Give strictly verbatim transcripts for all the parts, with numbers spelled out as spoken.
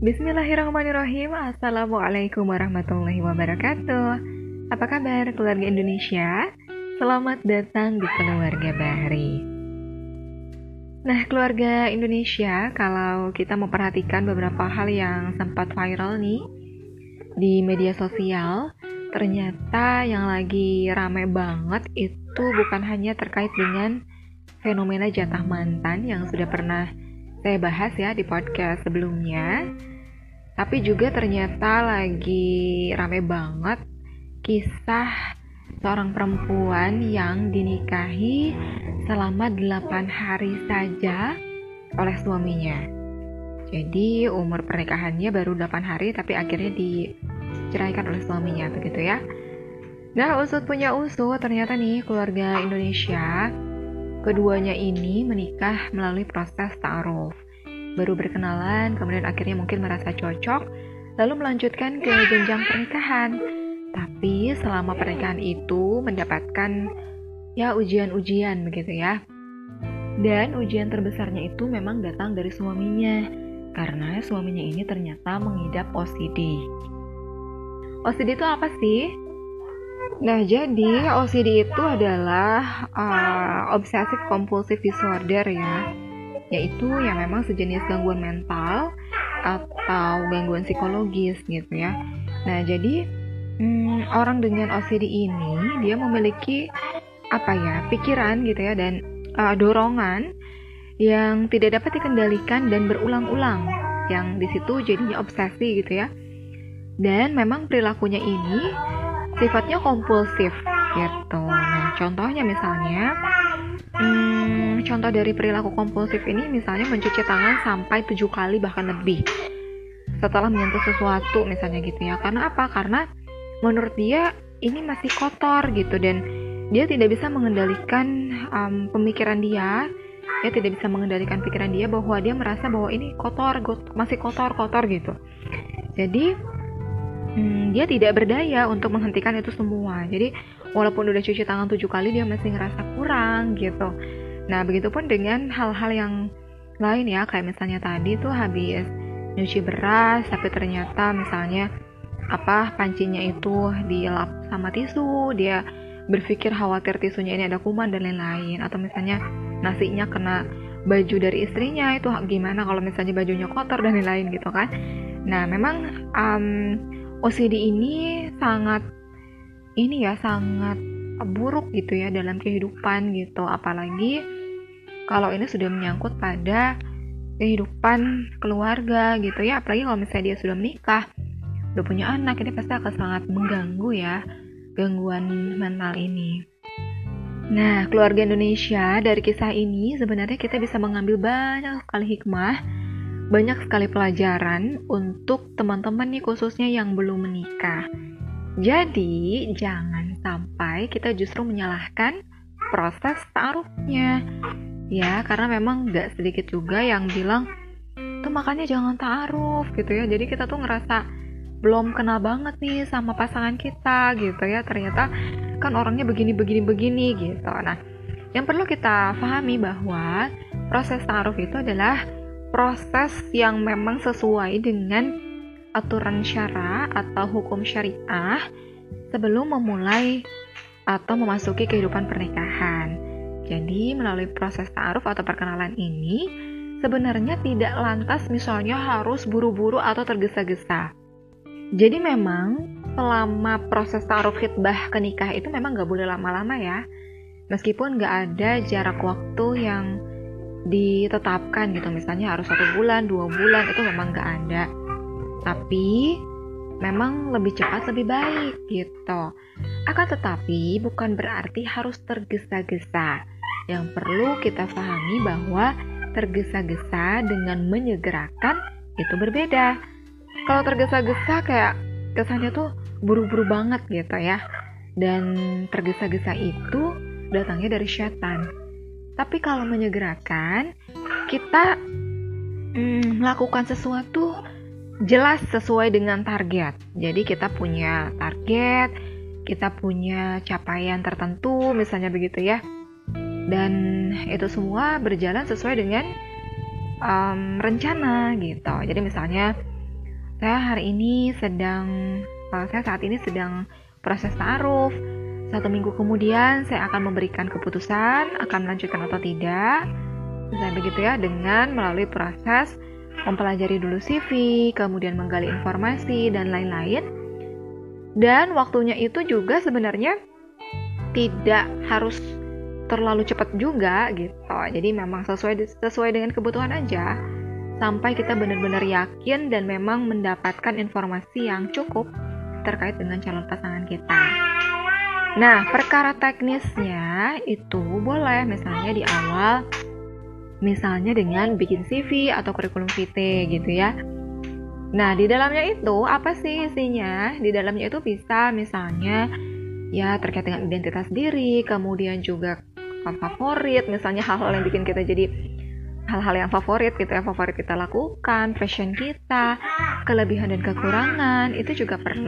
Bismillahirrahmanirrahim. Assalamualaikum warahmatullahi wabarakatuh. Apa kabar keluarga Indonesia? Selamat datang di Keluarga Bahri. Nah, keluarga Indonesia, kalau kita memperhatikan beberapa hal yang sempat viral nih di media sosial, ternyata yang lagi rame banget itu bukan hanya terkait dengan fenomena jatah mantan yang sudah pernah saya bahas ya di podcast sebelumnya, tapi juga ternyata lagi rame banget kisah seorang perempuan yang dinikahi selama delapan hari saja oleh suaminya. Jadi umur pernikahannya baru delapan hari tapi akhirnya diceraikan oleh suaminya, begitu ya. Nah, usut punya usut, ternyata nih keluarga Indonesia, keduanya ini menikah melalui proses ta'aruf. Baru berkenalan, kemudian akhirnya mungkin merasa cocok, lalu melanjutkan ke jenjang pernikahan. Tapi selama pernikahan itu mendapatkan ya ujian-ujian begitu ya. Dan ujian terbesarnya itu memang datang dari suaminya, karena suaminya ini ternyata mengidap O C D. O C D itu apa sih? Nah, jadi O C D itu adalah uh, obsessive compulsive disorder ya, yaitu yang memang sejenis gangguan mental atau gangguan psikologis gitu ya. Nah, jadi hmm, orang dengan O C D ini dia memiliki apa ya, pikiran gitu ya, dan uh, dorongan yang tidak dapat dikendalikan dan berulang-ulang, yang di situ jadinya obsesi gitu ya. Dan memang perilakunya ini sifatnya kompulsif gitu. Nah, contohnya misalnya, hmm, contoh dari perilaku kompulsif ini misalnya mencuci tangan sampai tujuh kali bahkan lebih setelah menyentuh sesuatu misalnya gitu ya. Karena apa? Karena menurut dia ini masih kotor gitu, dan dia tidak bisa mengendalikan um, pemikiran dia. Dia tidak bisa mengendalikan pikiran dia bahwa dia merasa bahwa ini kotor, got- masih kotor-kotor gitu. Jadi Hmm, dia tidak berdaya untuk menghentikan itu semua. Jadi walaupun udah cuci tangan tujuh kali, dia masih ngerasa kurang gitu. Nah, begitupun dengan hal-hal yang lain ya, kayak misalnya tadi tuh habis nyuci beras, tapi ternyata misalnya apa pancinya itu dilap sama tisu, dia berpikir khawatir tisunya ini ada kuman dan lain-lain. Atau misalnya nasinya kena baju dari istrinya, itu gimana kalau misalnya bajunya kotor dan lain-lain gitu kan. Nah, memang um, O C D ini sangat ini ya sangat buruk gitu ya dalam kehidupan gitu, apalagi kalau ini sudah menyangkut pada kehidupan keluarga gitu ya, apalagi kalau misalnya dia sudah menikah, udah punya anak, ini pasti akan sangat mengganggu ya gangguan mental ini. Nah, keluarga Indonesia, dari kisah ini sebenarnya kita bisa mengambil banyak sekali hikmah, banyak sekali pelajaran untuk teman-teman nih khususnya yang belum menikah. Jadi jangan sampai kita justru menyalahkan proses ta'arufnya ya, karena memang gak sedikit juga yang bilang tuh makanya jangan ta'aruf gitu ya. Jadi kita tuh ngerasa belum kenal banget nih sama pasangan kita gitu ya, ternyata kan orangnya begini-begini-begini gitu. Nah, yang perlu kita pahami bahwa proses ta'aruf itu adalah proses yang memang sesuai dengan aturan syara atau hukum syariah sebelum memulai atau memasuki kehidupan pernikahan. Jadi melalui proses ta'aruf atau perkenalan ini sebenarnya tidak lantas misalnya harus buru-buru atau tergesa-gesa. Jadi memang selama proses ta'aruf khitbah ke nikah itu memang gak boleh lama-lama ya, meskipun gak ada jarak waktu yang ditetapkan gitu, misalnya harus satu bulan, dua bulan, itu memang gak ada. Tapi memang lebih cepat lebih baik gitu. Akan tetapi bukan berarti harus tergesa-gesa. Yang perlu kita pahami bahwa tergesa-gesa dengan menyegerakan itu berbeda. Kalau tergesa-gesa kayak kesannya tuh buru-buru banget gitu ya. Dan tergesa-gesa itu datangnya dari setan. Tapi kalau menyegerakan, kita mm, melakukan sesuatu jelas sesuai dengan target. Jadi kita punya target, kita punya capaian tertentu, misalnya begitu ya. Dan itu semua berjalan sesuai dengan um, rencana gitu. Jadi misalnya saya hari ini sedang, uh, saya saat ini sedang proses ta'aruf. Satu minggu kemudian saya akan memberikan keputusan akan melanjutkan atau tidak. Misalnya begitu ya, dengan melalui proses mempelajari dulu C V, kemudian menggali informasi dan lain-lain. Dan waktunya itu juga sebenarnya tidak harus terlalu cepat juga gitu. Jadi memang sesuai sesuai dengan kebutuhan aja, sampai kita benar-benar yakin dan memang mendapatkan informasi yang cukup terkait dengan calon pasangan kita. Nah, perkara teknisnya itu boleh misalnya di awal, misalnya dengan bikin C V atau kurikulum vitae gitu ya. Nah, di dalamnya itu apa sih isinya? Di dalamnya itu bisa misalnya ya terkait dengan identitas diri, kemudian juga favorit, misalnya hal-hal yang bikin kita jadi hal-hal yang favorit gitu ya, favorit kita lakukan, fashion kita, kelebihan dan kekurangan, itu juga perlu.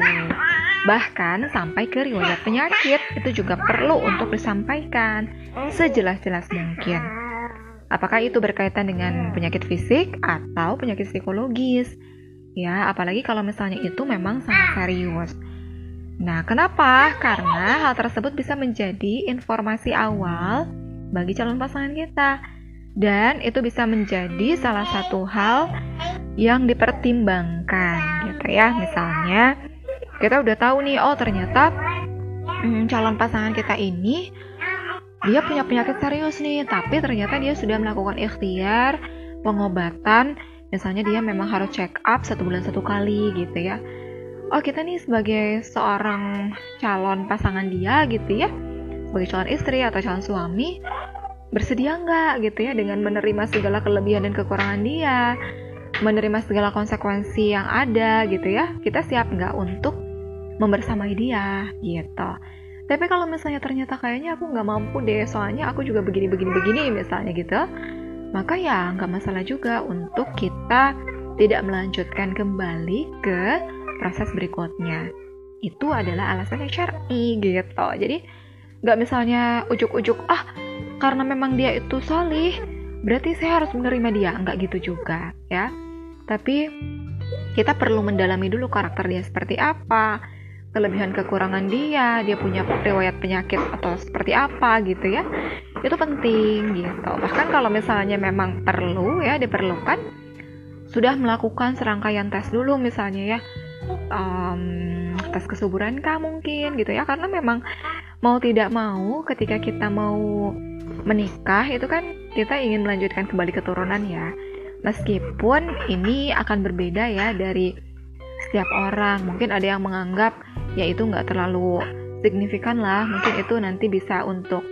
Bahkan sampai ke riwayat penyakit itu juga perlu untuk disampaikan sejelas-jelas mungkin. Apakah itu berkaitan dengan penyakit fisik atau penyakit psikologis? Ya, apalagi kalau misalnya itu memang sangat serius. Nah, kenapa? Karena hal tersebut bisa menjadi informasi awal bagi calon pasangan kita. Dan itu bisa menjadi salah satu hal yang dipertimbangkan gitu ya. Misalnya kita udah tahu nih, oh ternyata hmm, calon pasangan kita ini dia punya penyakit serius nih, tapi ternyata dia sudah melakukan ikhtiar pengobatan. Misalnya dia memang harus check up satu bulan satu kali gitu ya. Oh, kita nih sebagai seorang calon pasangan dia gitu ya, sebagai calon istri atau calon suami, bersedia nggak gitu ya dengan menerima segala kelebihan dan kekurangan dia, menerima segala konsekuensi yang ada gitu ya. Kita siap nggak untuk membersamai dia gitu. Tapi kalau misalnya ternyata kayaknya aku nggak mampu deh, soalnya aku juga begini-begini-begini misalnya gitu, maka ya nggak masalah juga untuk kita tidak melanjutkan kembali ke proses berikutnya. Itu adalah alasan yang syar'i gitu. Jadi nggak misalnya ujuk-ujuk, ah karena memang dia itu solih, berarti saya harus menerima dia. Nggak gitu juga ya. Tapi kita perlu mendalami dulu karakter dia seperti apa, kelebihan kekurangan dia, dia punya riwayat penyakit atau seperti apa gitu ya. Itu penting gitu. Bahkan kalau misalnya memang perlu ya, diperlukan, sudah melakukan serangkaian tes dulu misalnya ya, um, tes kesuburan kah mungkin gitu ya. Karena memang mau tidak mau ketika kita mau menikah itu kan kita ingin melanjutkan kembali keturunan ya. Meskipun ini akan berbeda ya dari setiap orang. Mungkin ada yang menganggap ya itu nggak terlalu signifikan lah. Mungkin itu nanti bisa untuk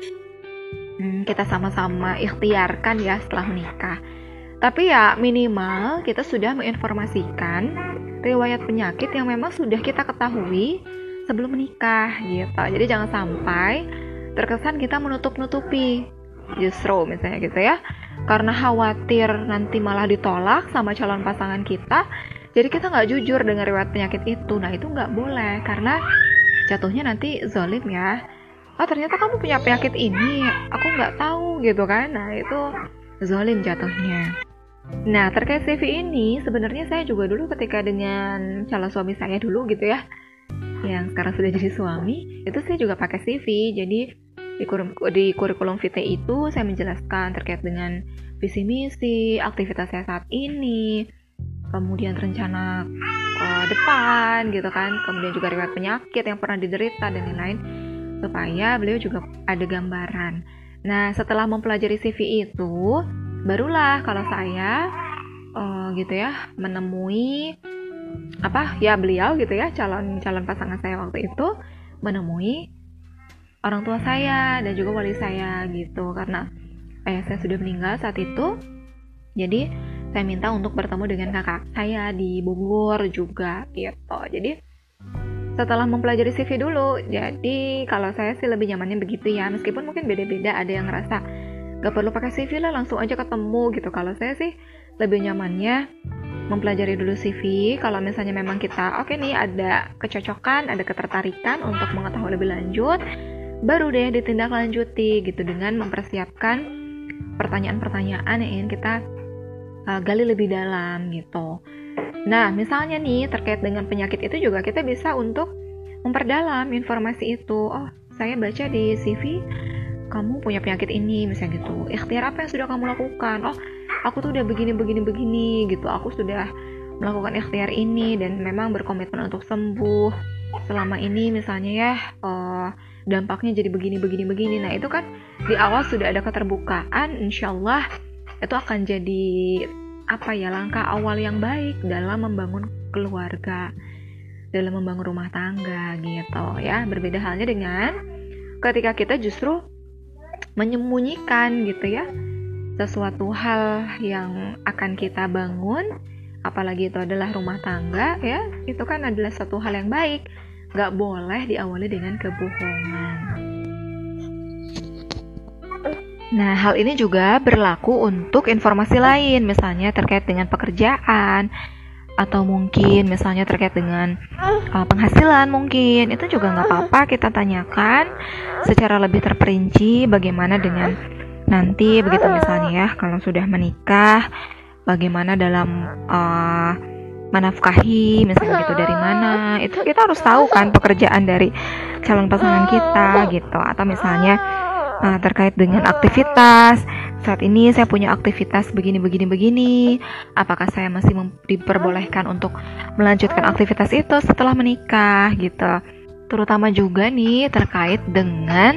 hmm, kita sama-sama ikhtiarkan ya setelah menikah. Tapi ya minimal kita sudah menginformasikan riwayat penyakit yang memang sudah kita ketahui sebelum menikah gitu. Jadi jangan sampai terkesan kita menutup-nutupi, justru misalnya gitu ya, karena khawatir nanti malah ditolak sama calon pasangan kita, jadi kita nggak jujur dengan riwayat penyakit itu. Nah itu nggak boleh, karena jatuhnya nanti zalim ya. Oh ternyata kamu punya penyakit ini, aku nggak tahu gitu kan. Nah itu zalim jatuhnya. Nah terkait C V ini sebenarnya saya juga dulu ketika dengan calon suami saya dulu gitu ya, yang sekarang sudah jadi suami, itu saya juga pakai C V. Jadi di, kur- di kurikulum vitae itu saya menjelaskan terkait dengan visi misi, aktivitas saya saat ini, kemudian rencana uh, depan gitu kan, kemudian juga riwayat penyakit yang pernah diderita dan lain-lain, supaya beliau juga ada gambaran. Nah setelah mempelajari C V itu, barulah kalau saya uh, gitu ya menemui apa ya beliau gitu ya, calon calon pasangan saya waktu itu menemui orang tua saya dan juga wali saya gitu, karena ayah saya sudah meninggal saat itu. Jadi saya minta untuk bertemu dengan kakak saya di Bogor juga gitu. Jadi setelah mempelajari C V dulu, jadi kalau saya sih lebih nyamannya begitu ya, meskipun mungkin beda-beda, ada yang ngerasa gak perlu pakai C V lah, langsung aja ketemu gitu. Kalau saya sih lebih nyamannya mempelajari dulu C V. Kalau misalnya memang kita oke okay nih ada kecocokan, ada ketertarikan untuk mengetahui lebih lanjut, baru deh ditindaklanjuti gitu dengan mempersiapkan pertanyaan-pertanyaan yang ingin kita uh, gali lebih dalam gitu. Nah, misalnya nih terkait dengan penyakit itu juga kita bisa untuk memperdalam informasi itu. Oh, saya baca di C V kamu punya penyakit ini, misalnya gitu. Ikhtiar apa yang sudah kamu lakukan? Oh, aku tuh udah begini begini begini gitu. Aku sudah melakukan ikhtiar ini dan memang berkomitmen untuk sembuh. Selama ini misalnya ya, uh, dampaknya jadi begini begini begini. Nah, itu kan di awal sudah ada keterbukaan, insyaallah itu akan jadi apa ya, langkah awal yang baik dalam membangun keluarga, dalam membangun rumah tangga gitu ya. Berbeda halnya dengan ketika kita justru menyembunyikan gitu ya sesuatu hal yang akan kita bangun, apalagi itu adalah rumah tangga ya, itu kan adalah satu hal yang baik, gak boleh diawali dengan kebohongan. Nah, hal ini juga berlaku untuk informasi lain, misalnya terkait dengan pekerjaan, atau mungkin misalnya terkait dengan uh, penghasilan mungkin. Itu juga nggak apa-apa kita tanyakan secara lebih terperinci bagaimana dengan nanti, begitu misalnya ya, kalau sudah menikah, bagaimana dalam uh, menafkahi, misalnya gitu, dari mana. Itu kita harus tahu kan pekerjaan dari calon pasangan kita gitu. Atau misalnya Nah, terkait dengan aktivitas, saat ini saya punya aktivitas begini, begini, begini. Apakah saya masih mem- diperbolehkan untuk melanjutkan aktivitas itu setelah menikah gitu. Terutama juga nih terkait dengan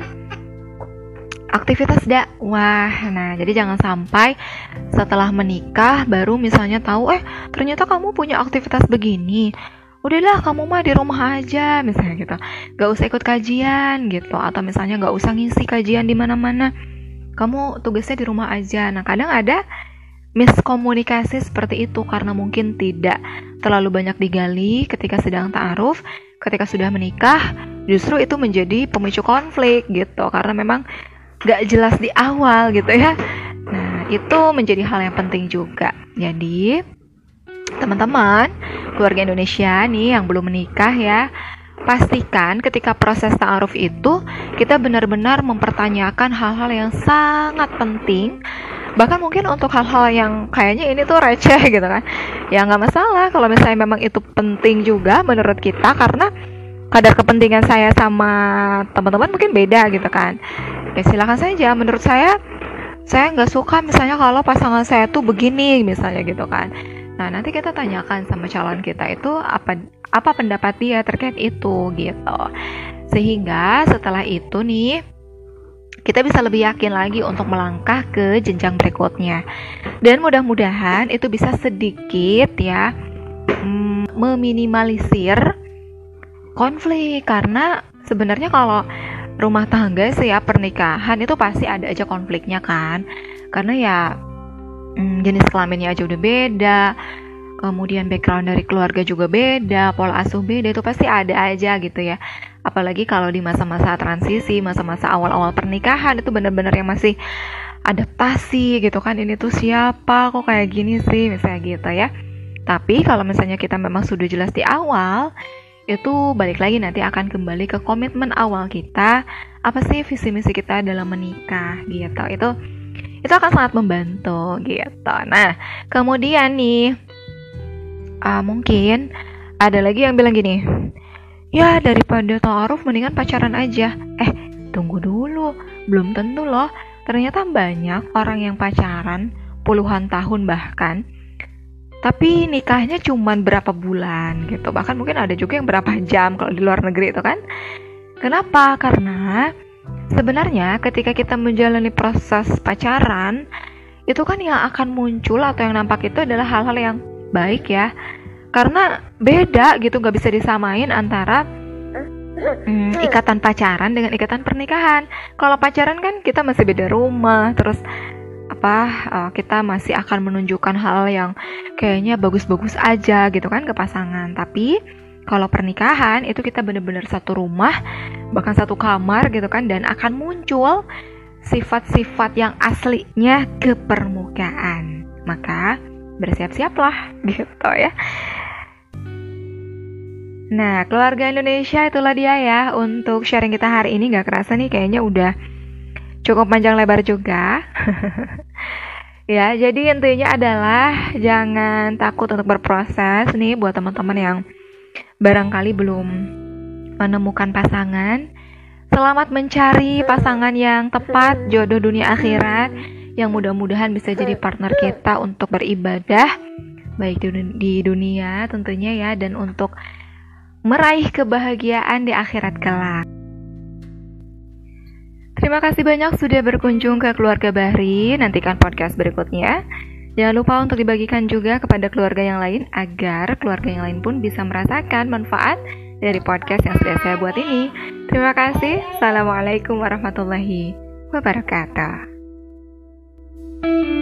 aktivitas dakwah. Nah, jadi jangan sampai setelah menikah baru misalnya tahu, eh ternyata kamu punya aktivitas begini. Udahlah kamu mah di rumah aja misalnya gitu, gak usah ikut kajian gitu, atau misalnya gak usah ngisi kajian di mana-mana, kamu tugasnya di rumah aja. Nah, kadang ada miskomunikasi seperti itu karena mungkin tidak terlalu banyak digali ketika sedang ta'aruf. Ketika sudah menikah justru itu menjadi pemicu konflik gitu, karena memang gak jelas di awal gitu ya. Nah, itu menjadi hal yang penting juga. Jadi teman-teman keluarga Indonesia nih yang belum menikah ya, pastikan ketika proses ta'aruf itu kita benar-benar mempertanyakan hal-hal yang sangat penting. Bahkan mungkin untuk hal-hal yang kayaknya ini tuh receh gitu kan, ya nggak masalah kalau misalnya memang itu penting juga menurut kita, karena kadar kepentingan saya sama teman-teman mungkin beda gitu kan. Ya silakan saja. Menurut saya, saya nggak suka misalnya kalau pasangan saya tuh begini misalnya gitu kan. Nah, nanti kita tanyakan sama calon kita itu apa apa pendapat dia terkait itu gitu. Sehingga setelah itu nih kita bisa lebih yakin lagi untuk melangkah ke jenjang berikutnya. Dan mudah-mudahan itu bisa sedikit ya mm, meminimalisir konflik, karena sebenarnya kalau rumah tangga sih ya, pernikahan itu pasti ada aja konfliknya kan. Karena ya Hmm, jenis kelaminnya aja udah beda, kemudian background dari keluarga juga beda, pola asuh beda, itu pasti ada aja gitu ya. Apalagi kalau di masa-masa transisi, masa-masa awal-awal pernikahan, itu benar-benar yang masih adaptasi gitu kan. Ini tuh siapa, kok kayak gini sih, misalnya gitu ya. Tapi kalau misalnya kita memang sudah jelas di awal, itu balik lagi nanti akan kembali ke komitmen awal kita, apa sih visi misi kita dalam menikah gitu. Itu itu akan sangat membantu gitu. Nah, kemudian nih uh, mungkin ada lagi yang bilang gini, ya daripada ta'aruf mendingan pacaran aja. Eh, tunggu dulu, belum tentu loh. Ternyata banyak orang yang pacaran puluhan tahun bahkan, tapi nikahnya cuma berapa bulan gitu. Bahkan mungkin ada juga yang berapa jam kalau di luar negeri itu kan. Kenapa? Karena sebenarnya ketika kita menjalani proses pacaran, itu kan yang akan muncul atau yang nampak itu adalah hal-hal yang baik ya. Karena beda gitu, gak bisa disamain antara hmm, ikatan pacaran dengan ikatan pernikahan. Kalau pacaran kan kita masih beda rumah, terus apa uh, kita masih akan menunjukkan hal yang kayaknya bagus-bagus aja gitu kan ke pasangan. Tapi kalau pernikahan itu kita benar-benar satu rumah, bahkan satu kamar gitu kan, dan akan muncul sifat-sifat yang aslinya ke permukaan. Maka bersiap-siaplah gitu ya. Nah, keluarga Indonesia, itulah dia ya untuk sharing kita hari ini. Gak kerasa nih kayaknya udah cukup panjang lebar juga. Ya, jadi intinya adalah jangan takut untuk berproses nih buat teman-teman yang barangkali belum menemukan pasangan. Selamat mencari pasangan yang tepat, jodoh dunia akhirat, yang mudah-mudahan bisa jadi partner kita untuk beribadah, baik di dunia tentunya ya, dan untuk meraih kebahagiaan di akhirat kelak. Terima kasih banyak sudah berkunjung ke Keluarga Bahri. Nantikan podcast berikutnya. Jangan lupa untuk dibagikan juga kepada keluarga yang lain agar keluarga yang lain pun bisa merasakan manfaat dari podcast yang sudah saya buat ini. Terima kasih. Assalamualaikum warahmatullahi wabarakatuh.